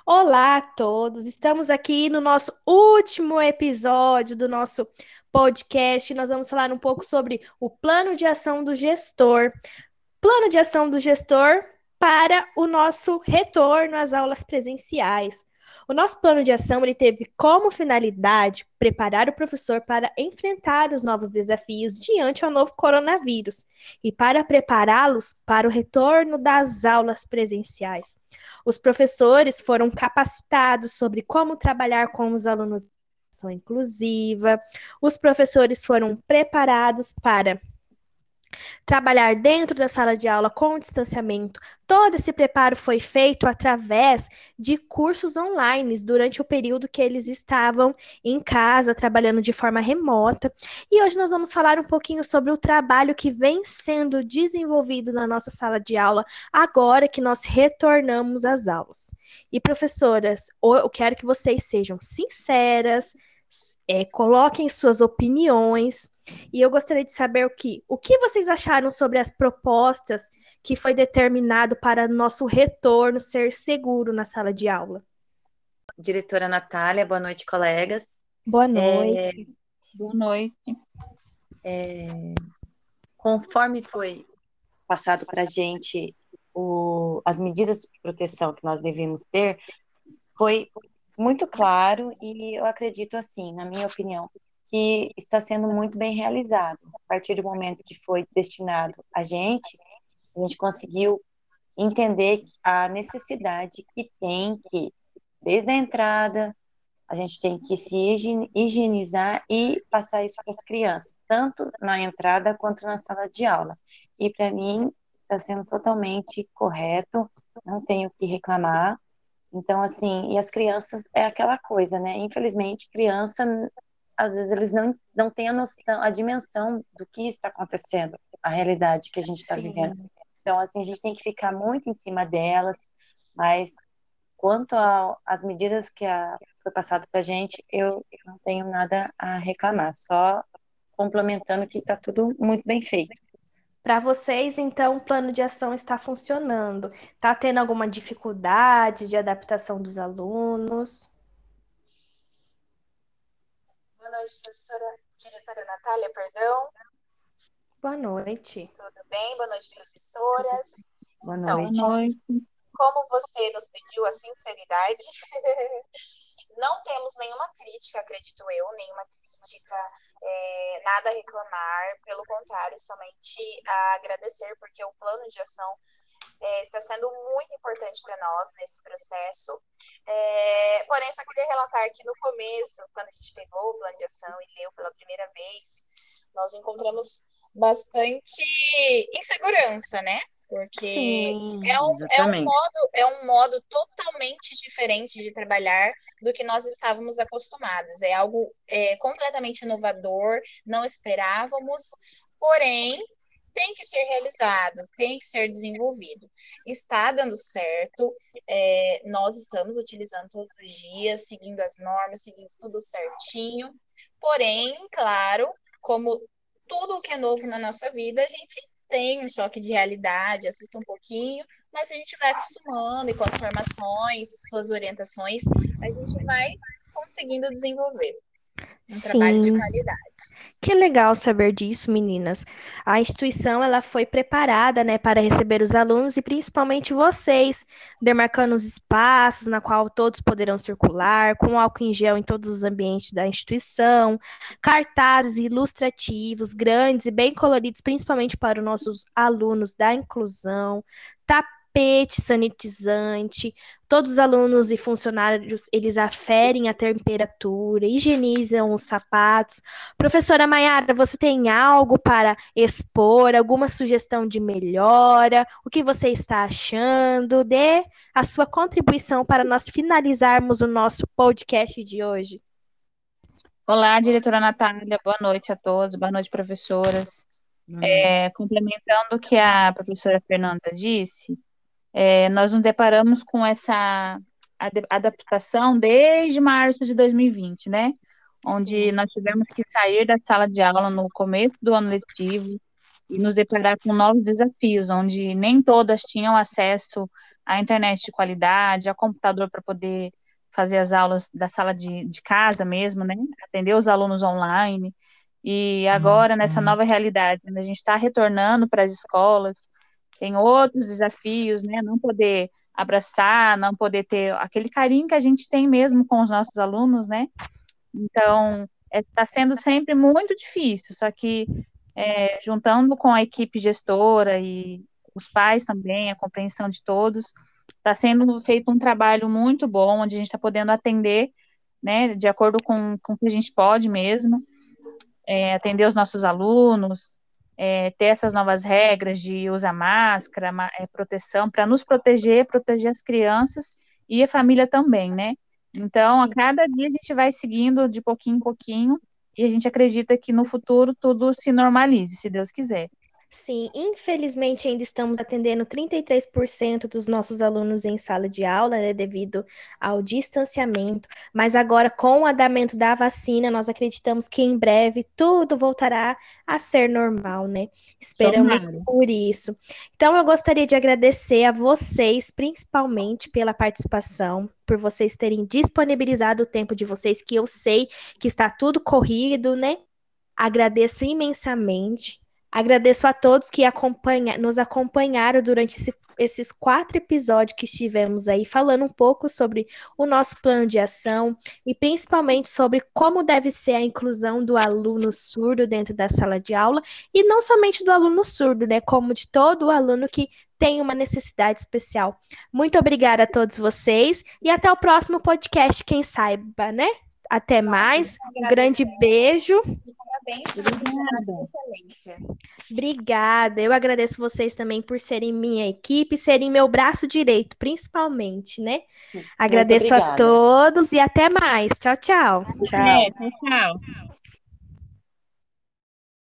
Olá a todos, estamos aqui no nosso último episódio do nosso podcast. Nós vamos falar um pouco sobre o plano de ação do gestor. Plano de ação do gestor para o nosso retorno às aulas presenciais. O nosso plano de ação ele teve como finalidade preparar o professor para enfrentar os novos desafios diante ao novo coronavírus e para prepará-los para o retorno das aulas presenciais. Os professores foram capacitados sobre como trabalhar com os alunos de educação inclusiva. Os professores foram preparados para trabalhar dentro da sala de aula com distanciamento. Todo esse preparo foi feito através de cursos online durante o período que eles estavam em casa, trabalhando de forma remota. E hoje nós vamos falar um pouquinho sobre o trabalho que vem sendo desenvolvido na nossa sala de aula, agora que nós retornamos às aulas. E professoras, eu quero que vocês sejam sinceras, coloquem suas opiniões. E eu gostaria de saber o que vocês acharam sobre as propostas que foi determinado para nosso retorno ser seguro na sala de aula. Diretora Natália, boa noite, colegas. Boa noite. Boa noite. Conforme foi passado para a gente as medidas de proteção que nós devemos ter, foi muito claro e eu acredito assim, na minha opinião, que está sendo muito bem realizado. A partir do momento que foi destinado a gente conseguiu entender a necessidade que tem que, desde a entrada, a gente tem que se higienizar e passar isso para as crianças, tanto na entrada quanto na sala de aula. E para mim está sendo totalmente correto, não tenho o que reclamar. Então, assim, e as crianças é aquela coisa, né? Infelizmente, criança, às vezes eles não têm a noção, a dimensão do que está acontecendo, a realidade que a gente está vivendo. Então, assim, a gente tem que ficar muito em cima delas, mas quanto às medidas que foi passado para a gente, eu não tenho nada a reclamar, só complementando que está tudo muito bem feito. Para vocês, então, o plano de ação está funcionando. Está tendo alguma dificuldade de adaptação dos alunos? Boa noite, professora, diretora Natália, perdão. Boa noite. Tudo bem? Boa noite, professoras. Boa Então, noite. Boa noite. como você nos pediu a sinceridade, não temos nenhuma crítica, acredito eu, nenhuma crítica, nada a reclamar, pelo contrário, somente a agradecer, porque o plano de ação está sendo muito importante para nós nesse processo. Porém, só queria relatar que no começo, quando a gente pegou o plano de ação e leu pela primeira vez, nós encontramos bastante insegurança, né? Porque Sim, é um modo totalmente diferente de trabalhar do que nós estávamos acostumados. É algo completamente inovador, não esperávamos, porém tem que ser realizado, tem que ser desenvolvido. Está dando certo, nós estamos utilizando todos os dias, seguindo as normas, seguindo tudo certinho, porém, claro, como tudo o que é novo na nossa vida, a gente tem um choque de realidade, assusta um pouquinho, mas a gente vai acostumando e com as formações, suas orientações, a gente vai conseguindo desenvolver um trabalho de sim. qualidade. Que legal saber disso, meninas. A instituição ela foi preparada, né, para receber os alunos e principalmente vocês, demarcando os espaços na qual todos poderão circular, com álcool em gel em todos os ambientes da instituição, cartazes ilustrativos grandes e bem coloridos, principalmente para os nossos alunos da inclusão, tapete sanitizante. Todos os alunos e funcionários, eles aferem a temperatura, higienizam os sapatos. Professora Maiara, você tem algo para expor, alguma sugestão de melhora? O que você está achando? Dê a sua contribuição para nós finalizarmos o nosso podcast de hoje. Olá, diretora Natália, boa noite a todos, boa noite, professoras. Complementando o que a professora Fernanda disse, nós nos deparamos com essa adaptação desde março de 2020, né? Onde nós tivemos que sair da sala de aula no começo do ano letivo e nos deparar com novos desafios, onde nem todas tinham acesso a internet de qualidade, a computador para poder fazer as aulas da sala de casa mesmo, né? Atender os alunos online. E agora, nessa nova realidade, né, a gente está retornando para as escolas, tem outros desafios, né? Não poder abraçar, não poder ter aquele carinho que a gente tem mesmo com os nossos alunos, né? Então, está sendo sempre muito difícil, só que juntando com a equipe gestora e os pais também, a compreensão de todos, está sendo feito um trabalho muito bom, onde a gente está podendo atender, né, de acordo com o que a gente pode mesmo, atender os nossos alunos, ter essas novas regras de usar máscara, proteção, para nos proteger as crianças e a família também, né? Então, a cada dia a gente vai seguindo de pouquinho em pouquinho e a gente acredita que no futuro tudo se normalize, se Deus quiser. Sim, infelizmente ainda estamos atendendo 33% dos nossos alunos em sala de aula, né, devido ao distanciamento, mas agora com o andamento da vacina, nós acreditamos que em breve tudo voltará a ser normal, né? Esperamos Tomara. por isso. Então, eu gostaria de agradecer a vocês, principalmente pela participação, por vocês terem disponibilizado o tempo de vocês, que eu sei que está tudo corrido, né? Agradeço imensamente. Agradeço a todos que nos acompanharam durante esses 4 episódios que estivemos aí, falando um pouco sobre o nosso plano de ação e principalmente sobre como deve ser a inclusão do aluno surdo dentro da sala de aula, e não somente do aluno surdo, né, como de todo o aluno que tem uma necessidade especial. Muito obrigada a todos vocês e até o próximo podcast, quem saiba, né? Até mais, um grande beijo. E parabéns pelo seu trabalho de excelência. Obrigada, eu agradeço vocês também por serem minha equipe, serem meu braço direito, principalmente, né? Agradeço a todos e até mais. Tchau, tchau. Tchau.